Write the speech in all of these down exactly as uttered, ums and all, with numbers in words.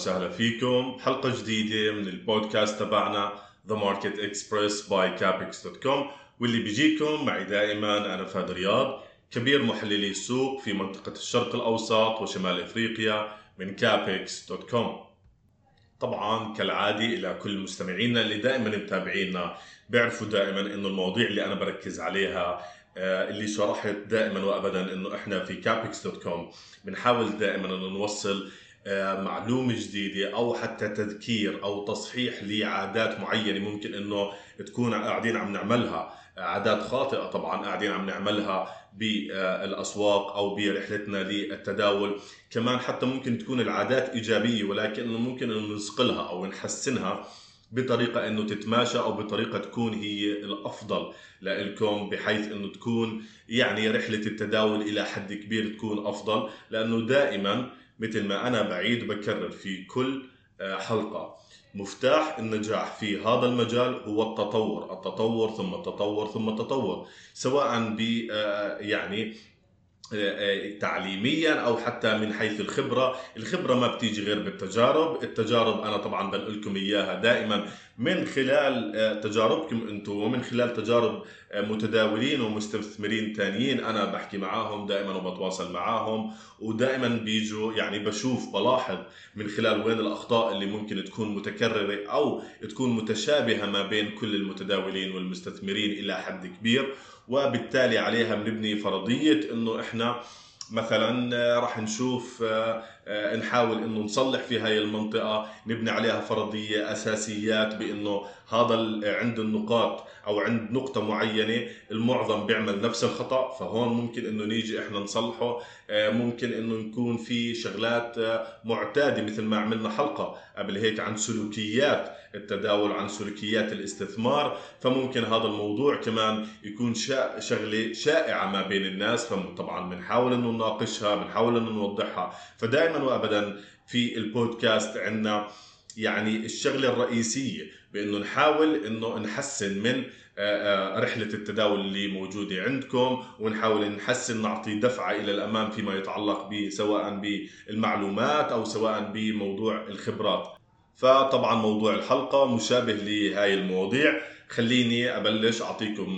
وسهلا فيكم حلقة جديدة من البودكاست تبعنا The Market Express by Capex دوت كوم، واللي بيجيكم معي دائما أنا فهد رياض، كبير محللي السوق في منطقة الشرق الأوسط وشمال إفريقيا من كابكس دوت كوم. طبعا كالعادة إلى كل مستمعينا اللي دائما متابعينا بيعرفوا دائما إنه المواضيع اللي أنا بركز عليها اللي شرحت دائما وأبدا إنه إحنا في كابكس دوت كوم بنحاول دائما إنه نوصل معلومة جديدة أو حتى تذكير أو تصحيح لعادات معينة ممكن إنه تكون قاعدين عم نعملها، عادات خاطئة طبعا قاعدين عم نعملها بالأسواق أو برحلتنا للتداول. كمان حتى ممكن تكون العادات إيجابية ولكن إنه ممكن إنه نصقلها أو نحسنها بطريقة إنه تتماشى أو بطريقة تكون هي الأفضل لإلكم، بحيث إنه تكون يعني رحلة التداول إلى حد كبير تكون أفضل. لأنه دائما مثل ما أنا بعيد وبكرر في كل حلقة، مفتاح النجاح في هذا المجال هو التطور التطور ثم التطور ثم التطور، سواء ب يعني تعليميا أو حتى من حيث الخبرة. الخبرة ما بتيجي غير بالتجارب. التجارب أنا طبعا بنقول لكم إياها دائما من خلال تجاربكم أنتم ومن خلال تجارب متداولين ومستثمرين تانيين أنا بحكي معاهم دائما وبتواصل معاهم، ودائما بيجوا يعني بشوف بلاحظ من خلال وين الأخطاء اللي ممكن تكون متكررة أو تكون متشابهة ما بين كل المتداولين والمستثمرين إلى حد كبير، وبالتالي عليها بنبني فرضية إنه إحنا مثلا راح نشوف نحاول إنه نصلح في هاي المنطقة، نبني عليها فرضية أساسيات بإنه هذا عند النقاط أو عند نقطة معينة المعظم بيعمل نفس الخطأ، فهون ممكن إنه نيجي إحنا نصلحه. ممكن إنه نكون في شغلات معتادة مثل ما عملنا حلقة قبل هيك عن سلوكيات التداول، عن سلوكيات الاستثمار، فممكن هذا الموضوع كمان يكون شا... شغلة شائعة ما بين الناس، فطبعا بنحاول انه نناقشها، بنحاول انه نوضحها. فدائما وابدا في البودكاست عندنا يعني الشغلة الرئيسية بانه نحاول انه نحسن من رحلة التداول اللي موجودة عندكم، ونحاول نحسن نعطي دفعة إلى الأمام فيما يتعلق سواء بالمعلومات أو سواء بموضوع الخبرات. فطبعا موضوع الحلقة مشابه لهاي المواضيع. خليني أبلش أعطيكم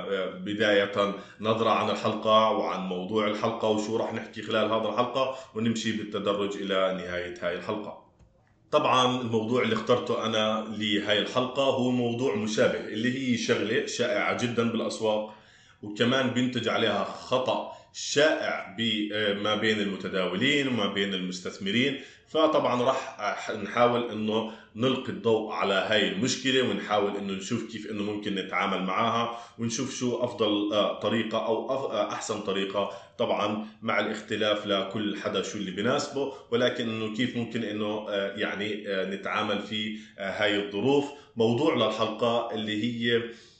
بداية نظرة عن الحلقة وعن موضوع الحلقة وشو رح نحكي خلال هذا الحلقة، ونمشي بالتدرج إلى نهاية هاي الحلقة. طبعا الموضوع اللي اخترته أنا لهاي الحلقة هو موضوع مشابه، اللي هي شغلة شائعة جدا بالأسواق وكمان بينتج عليها خطأ شائع ما بين المتداولين وما بين المستثمرين. فطبعا راح نحاول انه نلقي الضوء على هاي المشكلة، ونحاول انه نشوف كيف انه ممكن نتعامل معها، ونشوف شو افضل طريقة او احسن طريقة، طبعا مع الاختلاف لكل حدا شو اللي بيناسبه، ولكن انه كيف ممكن انه يعني نتعامل في هاي الظروف. موضوع للحلقة اللي هي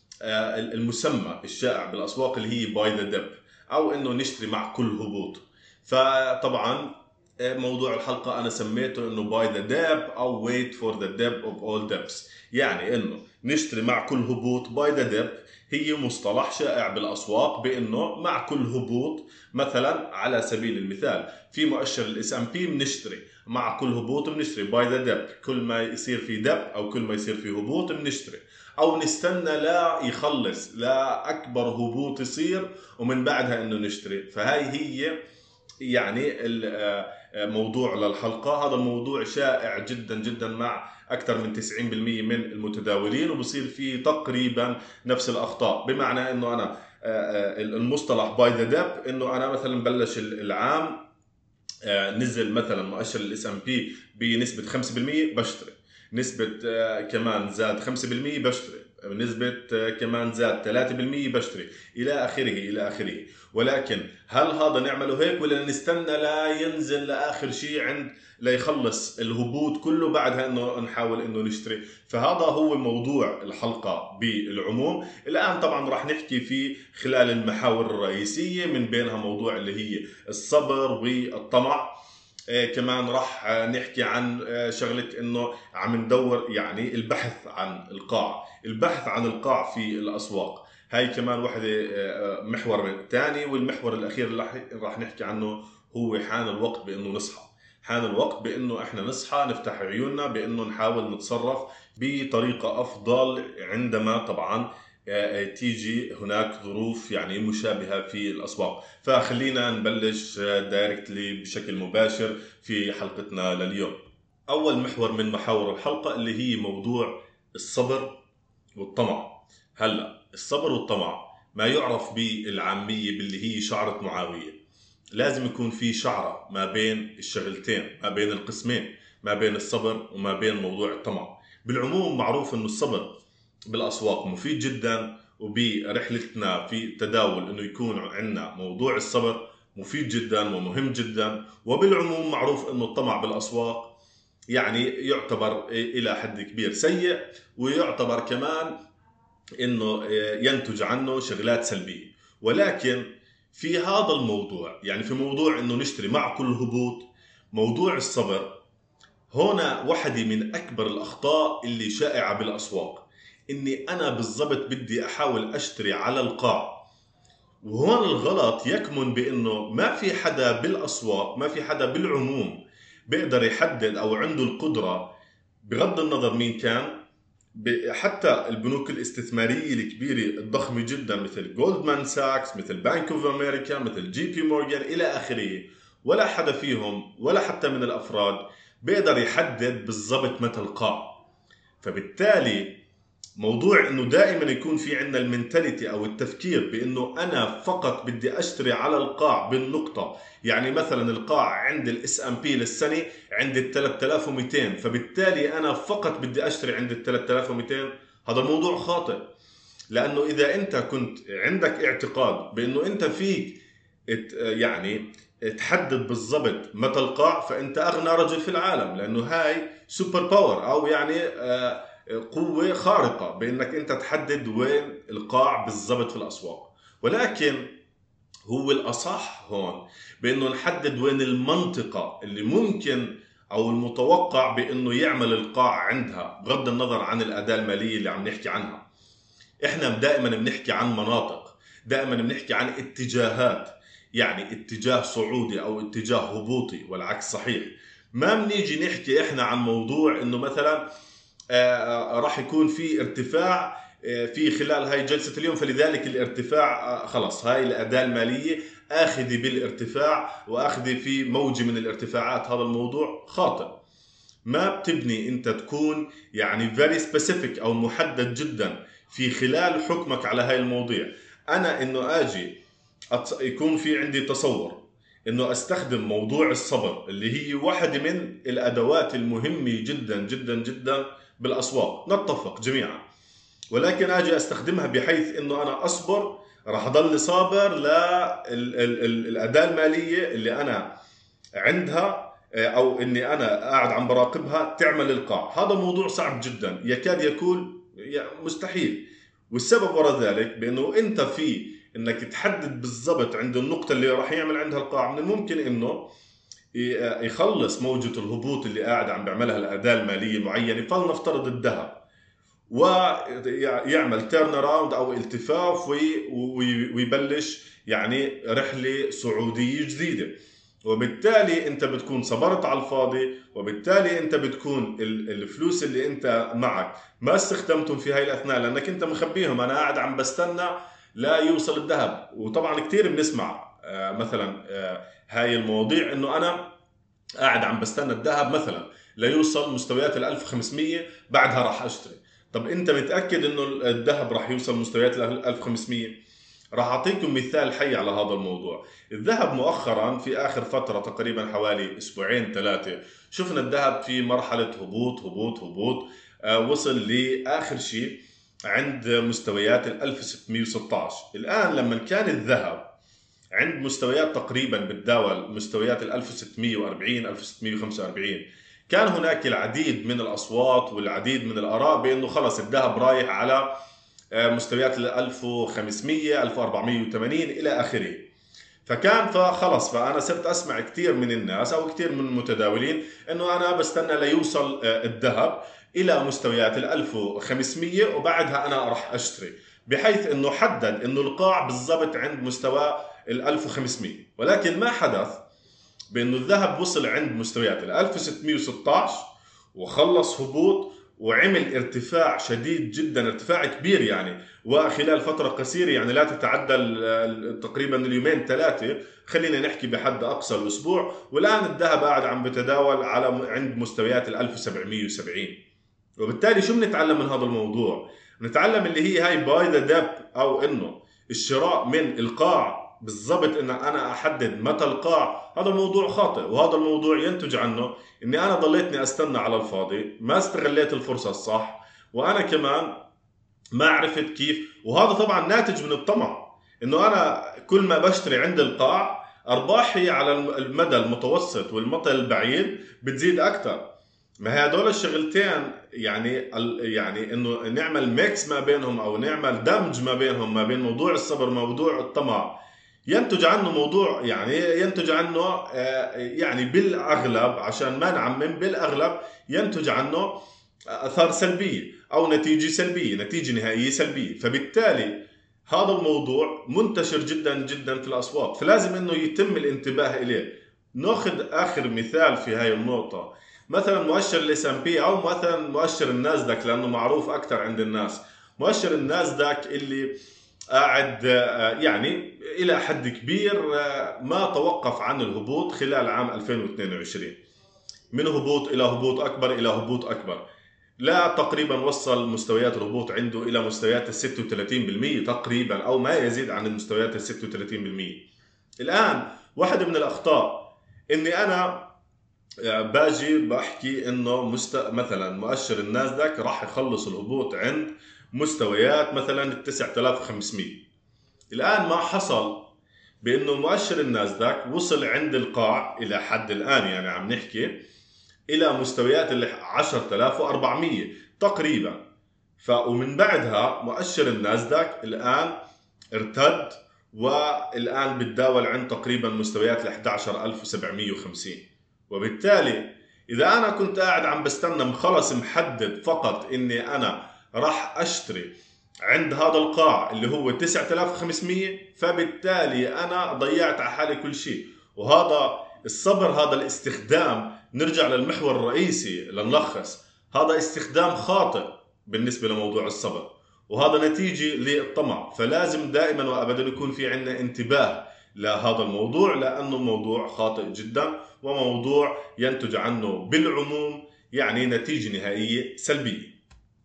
المسمى الشائع بالأسواق اللي هي باي ذا ديب، أو إنه نشتري مع كل هبوط. فطبعا موضوع الحلقة أنا سميته إنه باي ذا ديب أو wait for the dip of all dips، يعني إنه نشتري مع كل هبوط. باي ذا ديب هي مصطلح شائع بالأسواق بإنه مع كل هبوط، مثلا على سبيل المثال في مؤشر الاس ام بي بنشتري مع كل هبوط بنشتري باي ذا ديب، كل ما يصير في ديب أو كل ما يصير في هبوط بنشتري، أو نستنى لا يخلص لا أكبر هبوط يصير ومن بعدها إنه نشتري. فهاي هي يعني الموضوع للحلقة. هذا الموضوع شائع جدا جدا مع أكثر من تسعين بالمئة من المتداولين، وبصير فيه تقريبا نفس الأخطاء. بمعنى إنه أنا المصطلح باي ذا ديب إنه أنا مثلا بلش العام نزل مثلا مؤشر الاس ام بي بنسبة خمسة بالمئة بشتري، نسبة كمان زاد خمسة بالمئة بشتري، نسبة كمان زاد ثلاثة بالمئة بشتري، إلى آخره إلى آخره. ولكن هل هذا نعمله هيك ولا نستنى لا ينزل لآخر شيء عند لا يخلص الهبوط كله بعدها إنه نحاول إنه نشتري؟ فهذا هو موضوع الحلقة بالعموم. الآن طبعا راح نحكي في خلال المحاور الرئيسية، من بينها موضوع اللي هي الصبر والطمع. إيه كمان راح نحكي عن شغلة انه عم ندور يعني البحث عن القاع، البحث عن القاع في الاسواق. هاي كمان واحدة محور ثاني. والمحور الاخير اللي راح نحكي عنه هو حان الوقت بانه نصحى. حان الوقت بانه احنا نصحى نفتح عيوننا، بانه نحاول نتصرف بطريقة افضل عندما طبعا آه، تيجي هناك ظروف يعني مشابهة في الاسواق. فخلينا نبلش دايركتلي بشكل مباشر في حلقتنا لليوم. اول محور من محاور الحلقة اللي هي موضوع الصبر والطمع. هلا الصبر والطمع ما يعرف بالعامية باللي هي شعرة معاوية. لازم يكون في شعرة ما بين الشغلتين، ما بين القسمين، ما بين الصبر وما بين موضوع الطمع. بالعموم معروف انه الصبر بالاسواق مفيد جدا، وبرحلتنا في التداول انه يكون عندنا موضوع الصبر مفيد جدا ومهم جدا. وبالعموم معروف انه الطمع بالاسواق يعني يعتبر الى حد كبير سيء، ويعتبر كمان انه ينتج عنه شغلات سلبيه. ولكن في هذا الموضوع، يعني في موضوع انه نشتري مع كل هبوط، موضوع الصبر هنا واحدة من اكبر الاخطاء اللي شائعه بالاسواق. اني انا بالضبط بدي احاول اشتري على القاع. وهون الغلط يكمن بانه ما في حدا بالاسواق، ما في حدا بالعموم بيقدر يحدد او عنده القدره، بغض النظر مين كان، حتى البنوك الاستثمارية الكبيرة الضخمة جدا مثل جولدمان ساكس، مثل بانك اوف امريكا، مثل جي بي مورغان الى اخره، ولا حدا فيهم ولا حتى من الافراد بيقدر يحدد بالضبط متى القاع. فبالتالي موضوع انه دائما يكون في عندنا المنتاليتي او التفكير بانه انا فقط بدي اشتري على القاع بالنقطه. يعني مثلا القاع عند الاس ام بي للسنه عند ال ثلاثة آلاف ومئتين، فبالتالي انا فقط بدي اشتري عند ال ثلاثة آلاف ومئتين. هذا موضوع خاطئ، لانه اذا انت كنت عندك اعتقاد بانه انت فيك يعني تحدد بالضبط متى القاع، فانت اغنى رجل في العالم، لانه هاي سوبر باور او يعني آه قوة خارقة بأنك أنت تحدد وين القاع بالضبط في الأسواق. ولكن هو الأصح هون بأنه نحدد وين المنطقة اللي ممكن أو المتوقع بأنه يعمل القاع عندها، بغض النظر عن الأداة المالية اللي عم نحكي عنها. إحنا دائما بنحكي عن مناطق، دائما بنحكي عن اتجاهات، يعني اتجاه صعودي أو اتجاه هبوطي والعكس صحيح. ما بنيجي نحكي إحنا عن موضوع إنه مثلا آه راح يكون في ارتفاع آه في خلال هاي جلسة اليوم، فلذلك الارتفاع آه خلص هاي الأداة المالية آخذ بالارتفاع وآخذ في موجة من الارتفاعات. هذا الموضوع خاطئ. ما بتبني أنت تكون يعني very specific أو محدد جدا في خلال حكمك على هاي المواضيع. أنا إنه آجي يكون في عندي تصور انه استخدم موضوع الصبر اللي هي واحدة من الادوات المهمة جدا جدا جدا بالاسواق، نتفق جميعا، ولكن اجي استخدمها بحيث انه انا اصبر، راح اضل صابر للاداة المالية اللي انا عندها او اني انا قاعد عم براقبها تعمل القاع. هذا موضوع صعب جدا، يكاد يكون مستحيل. والسبب وراء ذلك بانه انت في انك تحدد بالضبط عند النقطة اللي راح يعمل عندها القاع، من الممكن انه يخلص موجة الهبوط اللي قاعد عم بيعملها الأداة المالية المعينة، فلنفترض الذهب، ويعمل تيرن اراوند او التفاف ويبلش يعني رحلة صعودية جديدة. وبالتالي انت بتكون صبرت على الفاضي، وبالتالي انت بتكون الفلوس اللي انت معك ما استخدمتهم في هاي الاثناء، لانك انت مخبيهم. انا قاعد عم بستنى لا يوصل الذهب. وطبعا كتير بنسمع مثلا هاي المواضيع انه انا قاعد عم بستنى الذهب مثلا ليوصل مستويات ال ألف وخمسمية بعدها راح اشتري. طب انت متاكد انه الذهب راح يوصل مستويات ال ألف وخمسمية؟ راح اعطيكم مثال حي على هذا الموضوع. الذهب مؤخرا في اخر فتره تقريبا حوالي اسبوعين ثلاثه شفنا الذهب في مرحله هبوط هبوط هبوط آه وصل لاخر شيء عند مستويات ال ألف وستمية وستة عشر. الان لما كان الذهب عند مستويات تقريبا بتداول مستويات ال ألف وستمية وأربعين ألف وستمية وخمسة وأربعين، كان هناك العديد من الاصوات والعديد من الاراء بانه خلص الذهب رايح على مستويات ال ألف وخمسمية ألف وأربعمية وثمانين الى اخره. فكان فخلص فانا صرت اسمع كثير من الناس او كثير من المتداولين انه انا بستنى ليوصل الذهب الى مستويات ال ألف وخمسمية وبعدها انا راح اشتري، بحيث انه حدد انه القاع بالضبط عند مستوى ال ألف وخمسمية. ولكن ما حدث بانه الذهب وصل عند مستويات ال ألف وستمئة وستة عشر وخلص هبوط وعمل ارتفاع شديد جدا، ارتفاع كبير يعني، وخلال فترة قصيرة يعني لا تتعدى تقريبا اليومين ثلاثة، خلينا نحكي بحد أقصى الأسبوع. والآن الذهب قاعد عم بتداول على عند مستويات ال ألف وسبعمئة وسبعين. وبالتالي شو بنتعلم من هذا الموضوع؟ نتعلم اللي هي هاي باي ذا ديب، أو إنه الشراء من القاع بالضبط، ان انا احدد متى القاع، هذا الموضوع خاطئ. وهذا الموضوع ينتج عنه اني انا ضليتني استنى على الفاضي، ما استغليت الفرصة الصح، وانا كمان ما عرفت كيف. وهذا طبعا ناتج من الطمع، انه انا كل ما بشتري عند القاع ارباحي على المدى المتوسط والمدى البعيد بتزيد اكثر. ما هي هدول الشغلتين يعني يعني انه نعمل ميكس ما بينهم، او نعمل دمج ما بينهم، ما بين موضوع الصبر وموضوع الطمع، ينتج عنه موضوع يعني ينتج عنه يعني بالاغلب، عشان ما نعمم، بالاغلب ينتج عنه اثار سلبيه او نتيجه سلبيه، نتيجه نهائيه سلبيه. فبالتالي هذا الموضوع منتشر جدا جدا في الاسواق، فلازم انه يتم الانتباه اليه. ناخذ اخر مثال في هاي النقطه، مثلا مؤشر الاس ام بي، او مثلا مؤشر الناسداك لانه معروف اكثر عند الناس. مؤشر الناسداك اللي قاعد يعني الى حد كبير ما توقف عن الهبوط خلال عام ألفين واثنين وعشرين، من هبوط الى هبوط اكبر الى هبوط اكبر، لا تقريبا وصل مستويات الهبوط عنده الى مستويات ال ستة وثلاثين بالمئة تقريبا، او ما يزيد عن المستويات ال ستة وثلاثين بالمئة. الان واحدة من الاخطاء اني انا باجي بحكي انه مست... مثلا مؤشر الناسداك راح يخلص الهبوط عند مستويات مثلا ال تسعة آلاف وخمسمئة. الان ما حصل بانه مؤشر الناسداك وصل عند القاع الى حد الان، يعني عم نحكي الى مستويات ال عشرة آلاف وأربعمئة تقريبا. ف ومن بعدها مؤشر الناسداك الان ارتد، والان بتداول عند تقريبا مستويات ال أحد عشر ألف وسبعمئة وخمسين. وبالتالي اذا انا كنت قاعد عم بستنى خلص محدد فقط اني انا راح اشتري عند هذا القاع اللي هو تسعة آلاف وخمسمئة، فبالتالي انا ضيعت على حالي كل شيء. وهذا الصبر، هذا الاستخدام، نرجع للمحور الرئيسي لنلخص، هذا استخدام خاطئ بالنسبة لموضوع الصبر، وهذا نتيجة للطمع. فلازم دائما وابدا يكون في عندنا انتباه لهذا الموضوع، لانه موضوع خاطئ جدا، وموضوع ينتج عنه بالعموم يعني نتيجة نهائية سلبية.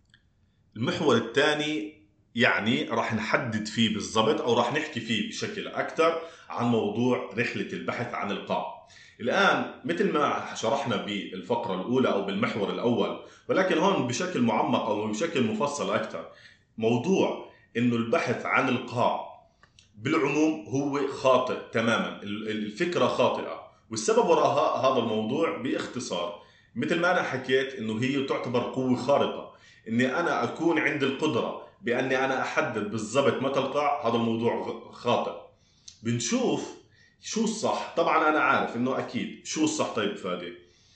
المحور الثاني يعني راح نحدد فيه بالضبط، او راح نحكي فيه بشكل اكثر عن موضوع رحلة البحث عن القاع. الان مثل ما شرحنا بالفقرة الاولى او بالمحور الاول، ولكن هون بشكل معمق او بشكل مفصل اكثر، موضوع انه البحث عن القاع بالعموم هو خاطئ تماما، الفكرة خاطئة. والسبب وراء هذا الموضوع باختصار، مثل ما انا حكيت، انه هي تعتبر قوة خارقة، اني انا اكون عندي القدرة باني انا احدد بالضبط متى القاع. هذا الموضوع خاطئ. بنشوف شو الصح. طبعا انا عارف انه اكيد شو الصح. طيب فادي،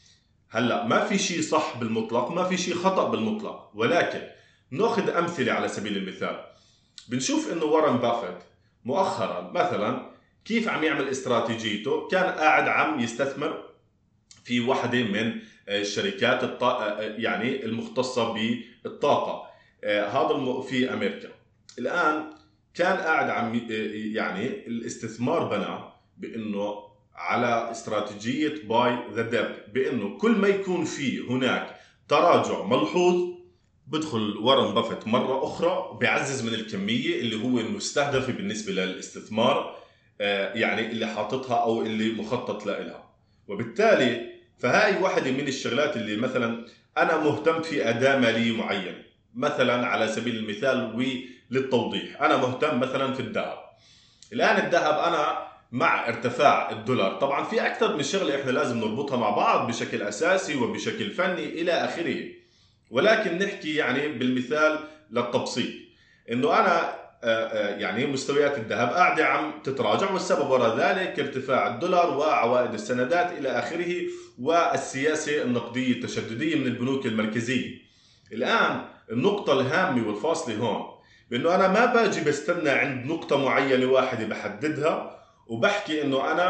هلا ما في شيء صح بالمطلق، ما في شيء خطأ بالمطلق، ولكن ناخذ امثلة على سبيل المثال. بنشوف انه وارن بافيت مؤخرا مثلا كيف عم يعمل استراتيجيته، كان قاعد عم يستثمر في واحدة من الشركات الط... يعني المختصة بالطاقة، هذا في أمريكا. الآن كان قاعد عم يعني الاستثمار بناه بأنه على استراتيجية باي ذا ديب، بأنه كل ما يكون في هناك تراجع ملحوظ بدخل وارن بافيت مرة أخرى بيعزز من الكمية اللي هو المستهدفة بالنسبة للاستثمار، يعني اللي حاططها أو اللي مخطط لها. وبالتالي فهاي واحدة من الشغلات اللي مثلا أنا مهتم في أداة مالية معينة، مثلا على سبيل المثال وللتوضيح أنا مهتم مثلا في الذهب. الآن الذهب أنا مع ارتفاع الدولار، طبعا في أكثر من شغلة إحنا لازم نربطها مع بعض بشكل أساسي وبشكل فني إلى آخره، ولكن نحكي يعني بالمثال للتبسيط، إنه أنا يعني مستويات الذهب قاعدة عم تتراجع، والسبب وراء ذلك ارتفاع الدولار وعوائد السندات إلى آخره، والسياسة النقدية التشددية من البنوك المركزية. الآن النقطة الهامة والفاصلة هون بأنه أنا ما باجي بستنى عند نقطة معينة واحدة بحددها وبحكي إنه أنا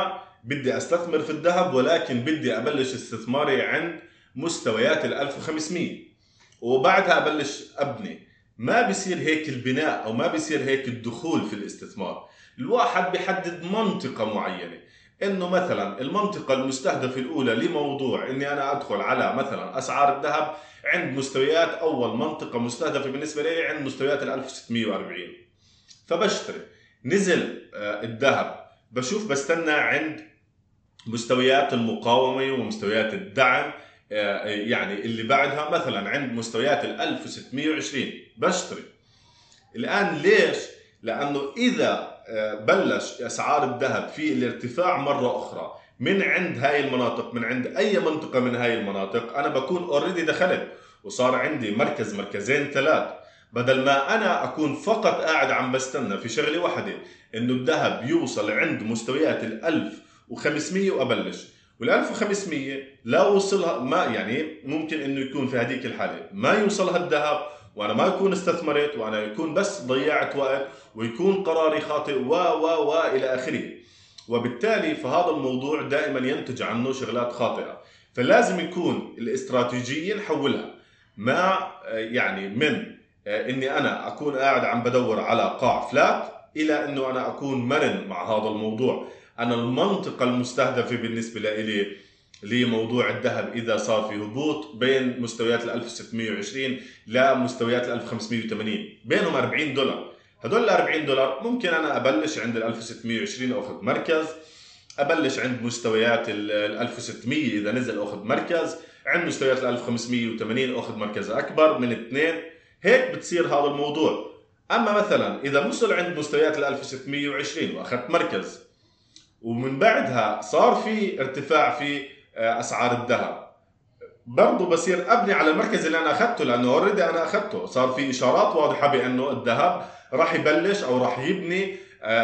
بدي استثمر في الذهب، ولكن بدي ابلش استثماري عند مستويات ال ألف وخمسمية وبعدها ابلش ابني. ما بيصير هيك البناء او ما بيصير هيك الدخول في الاستثمار. الواحد بيحدد منطقة معينة، انه مثلا المنطقة المستهدفة الاولى لموضوع اني انا ادخل على مثلا اسعار الذهب عند مستويات، اول منطقة مستهدفة بالنسبة لي عند مستويات ال ألف وستمية وأربعين، فبشتري. نزل الذهب بشوف بستنى عند مستويات المقاومة ومستويات الدعم، يعني اللي بعدها مثلا عند مستويات ال ألف وستمية وعشرين بشتري. الآن ليش؟ لأنه إذا بلش أسعار الذهب في الارتفاع مرة أخرى من عند هاي المناطق، من عند أي منطقة من هاي المناطق، أنا بكون اوريدي دخلت وصار عندي مركز مركزين ثلاث، بدل ما أنا أكون فقط قاعد عم بستنى في شغلة واحدة إنه الذهب يوصل عند مستويات ال ألف وخمسمية وأبلش. وال ألف وخمسمية لا وصلها، ما يعني ممكن إنه يكون في هذيك الحالة ما يوصلها الذهب وانا ما اكون استثمرت، وانا يكون بس ضيعت وقت، ويكون قراري خاطئ و و و الى اخره. وبالتالي فهذا الموضوع دائما ينتج عنه شغلات خاطئه. فلازم يكون الاستراتيجيه نحولها مع يعني من اني انا اكون قاعد عم بدور على قاع فلات الى انه انا اكون مرن مع هذا الموضوع. انا المنطقه المستهدفه بالنسبه لي لموضوع الذهب اذا صار في هبوط بين مستويات ال ألف وستمية وعشرين لمستويات ال ألف وخمسمية وثمانين، بينهم أربعين دولار. هدول ال أربعين دولار ممكن انا ابلش عند ال ألف وستمية وعشرين اخذ مركز، ابلش عند مستويات ال ألف وستمية اذا نزل اخذ مركز، عند مستويات ال ألف وخمسمية وثمانين اخذ مركز اكبر من اثنين. هيك بتصير هذا الموضوع. اما مثلا اذا وصل عند مستويات ال ألف وستمية وعشرين واخذت مركز، ومن بعدها صار في ارتفاع في اسعار الذهب، برضه بصير ابني على المركز اللي انا اخذته، لانه اوريدي انا اخذته، صار في اشارات واضحه بانه الذهب راح يبلش او راح يبني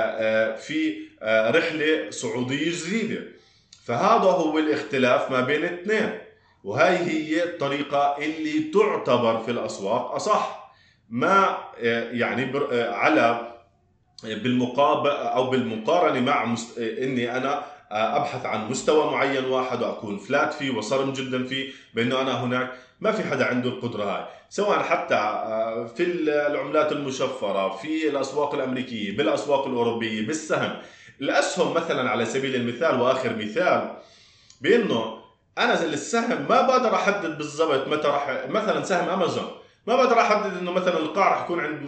في رحله صعوديه جديده. فهذا هو الاختلاف ما بين الاثنين، وهي هي الطريقه اللي تعتبر في الاسواق اصح. ما يعني على بالمقابل او بالمقارنه مع مست... اني انا ابحث عن مستوى معين واحد واكون فلات فيه وصرم جدا فيه، بانه انا هناك ما في حدا عنده القدره هاي، سواء حتى في العملات المشفره، في الاسواق الامريكيه، بالاسواق الاوروبيه، بالسهم. الاسهم مثلا على سبيل المثال، واخر مثال، بانه انا السهم ما بقدر احدد بالضبط متى راح، مثلا سهم امازون ما بقدر احدد انه مثلا القاع راح يكون عند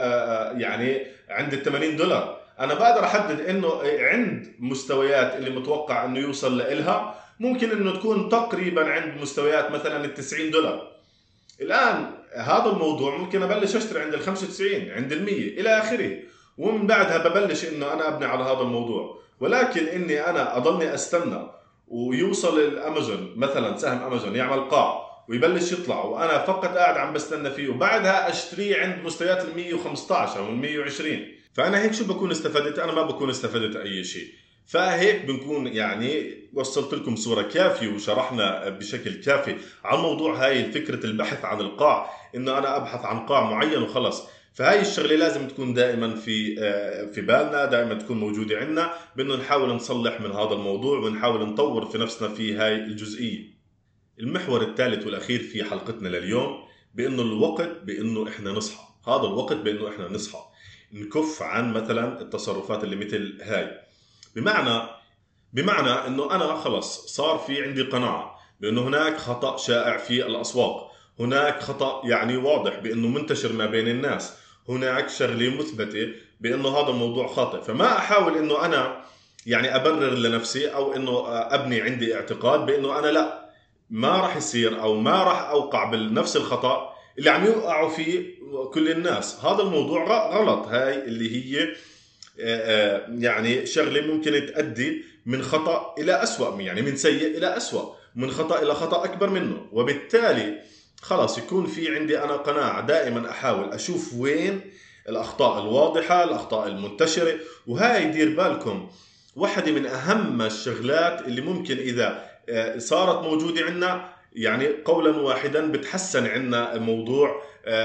يعني عند ال ثمانين دولار. انا بقدر احدد انه عند مستويات اللي متوقع انه يوصل لها ممكن انه تكون تقريبا عند مستويات مثلا ال تسعين دولار. الان هذا الموضوع ممكن ابلش اشتري عند ال خمسة وتسعين، عند ال مية الى اخره، ومن بعدها ببلش انه انا ابني على هذا الموضوع. ولكن اني انا اضلني استنى ويوصل الامازون مثلا سهم امازون يعمل قاع ويبلش يطلع وانا فقط قاعد عم بستنى فيه، وبعدها اشتريه عند مستويات ال مية وخمسطعش او ال مية وعشرين، فانا هيك شو بكون استفدت؟ انا ما بكون استفدت اي شيء. فهيك بنكون يعني وصلت لكم صورة كافية وشرحنا بشكل كافي عن موضوع هاي فكرة البحث عن القاع، انه انا ابحث عن قاع معين وخلص. فهاي الشغلة لازم تكون دائما في في بالنا، دائما تكون موجودة عندنا، بانه نحاول نصلح من هذا الموضوع ونحاول نطور في نفسنا في هاي الجزئية. المحور الثالث والاخير في حلقتنا لليوم بانه الوقت بانه احنا نصحى، هذا الوقت بانه احنا نصحى نكف عن مثلا التصرفات اللي مثل هاي. بمعنى بمعنى انه انا خلص صار في عندي قناعة بانه هناك خطأ شائع في الاسواق، هناك خطأ يعني واضح بانه منتشر ما بين الناس، هناك شغلة مثبتة بانه هذا الموضوع خاطئ. فما احاول انه انا يعني ابرر لنفسي او انه ابني عندي اعتقاد بانه انا لا ما راح يصير او ما راح اوقع بنفس الخطأ اللي عم يوقعوا فيه كل الناس. هذا الموضوع غلط. هاي اللي هي يعني شغلة ممكن تؤدي من خطأ إلى أسوأ، يعني من سيء إلى أسوأ، من خطأ إلى خطأ أكبر منه. وبالتالي خلاص يكون في عندي أنا قناعة، دائما أحاول أشوف وين الأخطاء الواضحة، الأخطاء المنتشرة. وهاي دير بالكم واحدة من أهم الشغلات اللي ممكن إذا صارت موجودة عندنا يعني قولا واحدا بتحسن عنا موضوع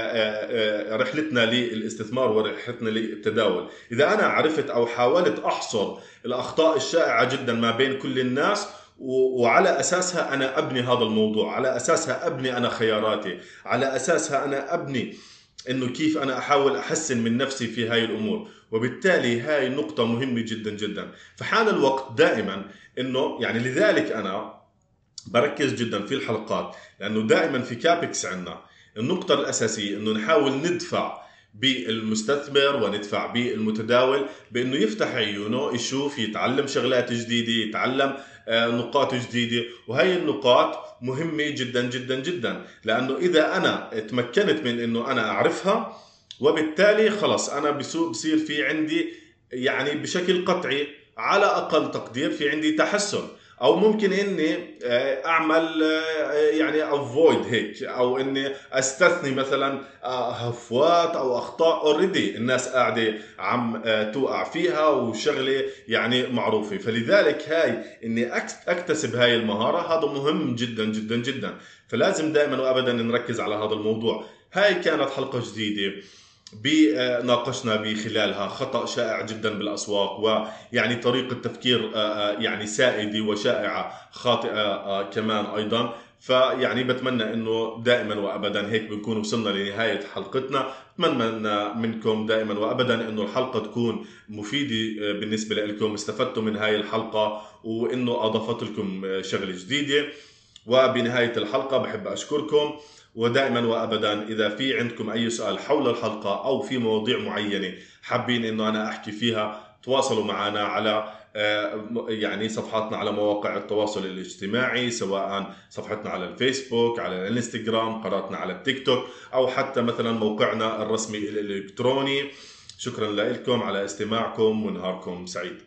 رحلتنا للاستثمار ورحلتنا للتداول. إذا أنا عرفت أو حاولت أحصر الأخطاء الشائعة جدا ما بين كل الناس، وعلى أساسها أنا أبني هذا الموضوع، على أساسها أبني أنا خياراتي، على أساسها أنا أبني إنه كيف أنا أحاول أحسن من نفسي في هاي الأمور. وبالتالي هاي النقطة مهمة جدا جدا. فحان الوقت دائما إنه يعني لذلك أنا بركز جدا في الحلقات، لأنه دائما في كابكس عنا النقطة الأساسية إنه نحاول ندفع بالمستثمر وندفع بالمتداول بأنه يفتح عيونه، يشوف، يتعلم شغلات جديدة، يتعلم نقاط جديدة. وهي النقاط مهمة جدا جدا جدا، لأنه إذا أنا تمكنت من أنه أنا أعرفها، وبالتالي خلص أنا بصير في عندي يعني بشكل قطعي على أقل تقدير في عندي تحسن، او ممكن اني اعمل يعني افويد هيك، او اني استثني مثلا هفوات او اخطاء اوريدي الناس قاعده عم توقع فيها وشغله يعني معروفه. فلذلك هاي اني اكتسب هاي المهاره هذا مهم جدا جدا جدا. فلازم دائما وابدا نركز على هذا الموضوع. هاي كانت حلقه جديده ناقشنا بخلالها خطأ شائع جدا بالأسواق، ويعني طريقة تفكير يعني سائدة وشائعة خاطئة كمان أيضا. فيعني بتمنى أنه دائما وأبدا هيك بنكون وصلنا لنهاية حلقتنا. بتمنى منكم دائما وأبدا أنه الحلقة تكون مفيدة بالنسبة لكم، استفدتوا من هاي الحلقة وأنه أضافت لكم شغلة جديدة. وبنهاية الحلقة بحب أشكركم، ودائما وابدا اذا في عندكم اي سؤال حول الحلقه او في مواضيع معينه حابين انه انا احكي فيها، تواصلوا معنا على يعني صفحاتنا على مواقع التواصل الاجتماعي، سواء صفحتنا على الفيسبوك، على الانستغرام، قناتنا على التيك توك، او حتى مثلا موقعنا الرسمي الالكتروني. شكرا لكم على استماعكم ونهاركم سعيد.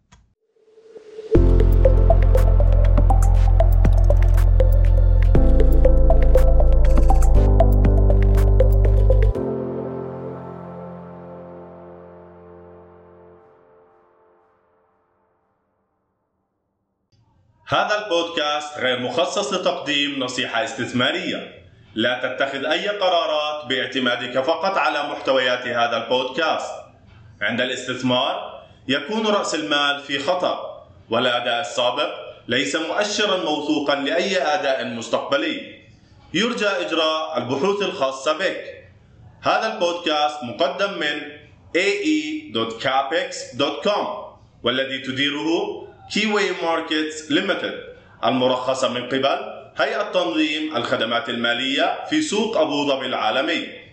هذا البودكاست غير مخصص لتقديم نصيحة استثمارية. لا تتخذ أي قرارات باعتمادك فقط على محتويات هذا البودكاست. عند الاستثمار يكون رأس المال في خطر، والأداء السابق ليس مؤشرا موثوقا لأي أداء مستقبلي. يرجى إجراء البحوث الخاصة بك. هذا البودكاست مقدم من إيه إي دوت كابكس دوت كوم، والذي تديره كيوي ماركتس ليميتد، المرخصة من قبل هيئة تنظيم الخدمات المالية في سوق أبو ظبي العالمي.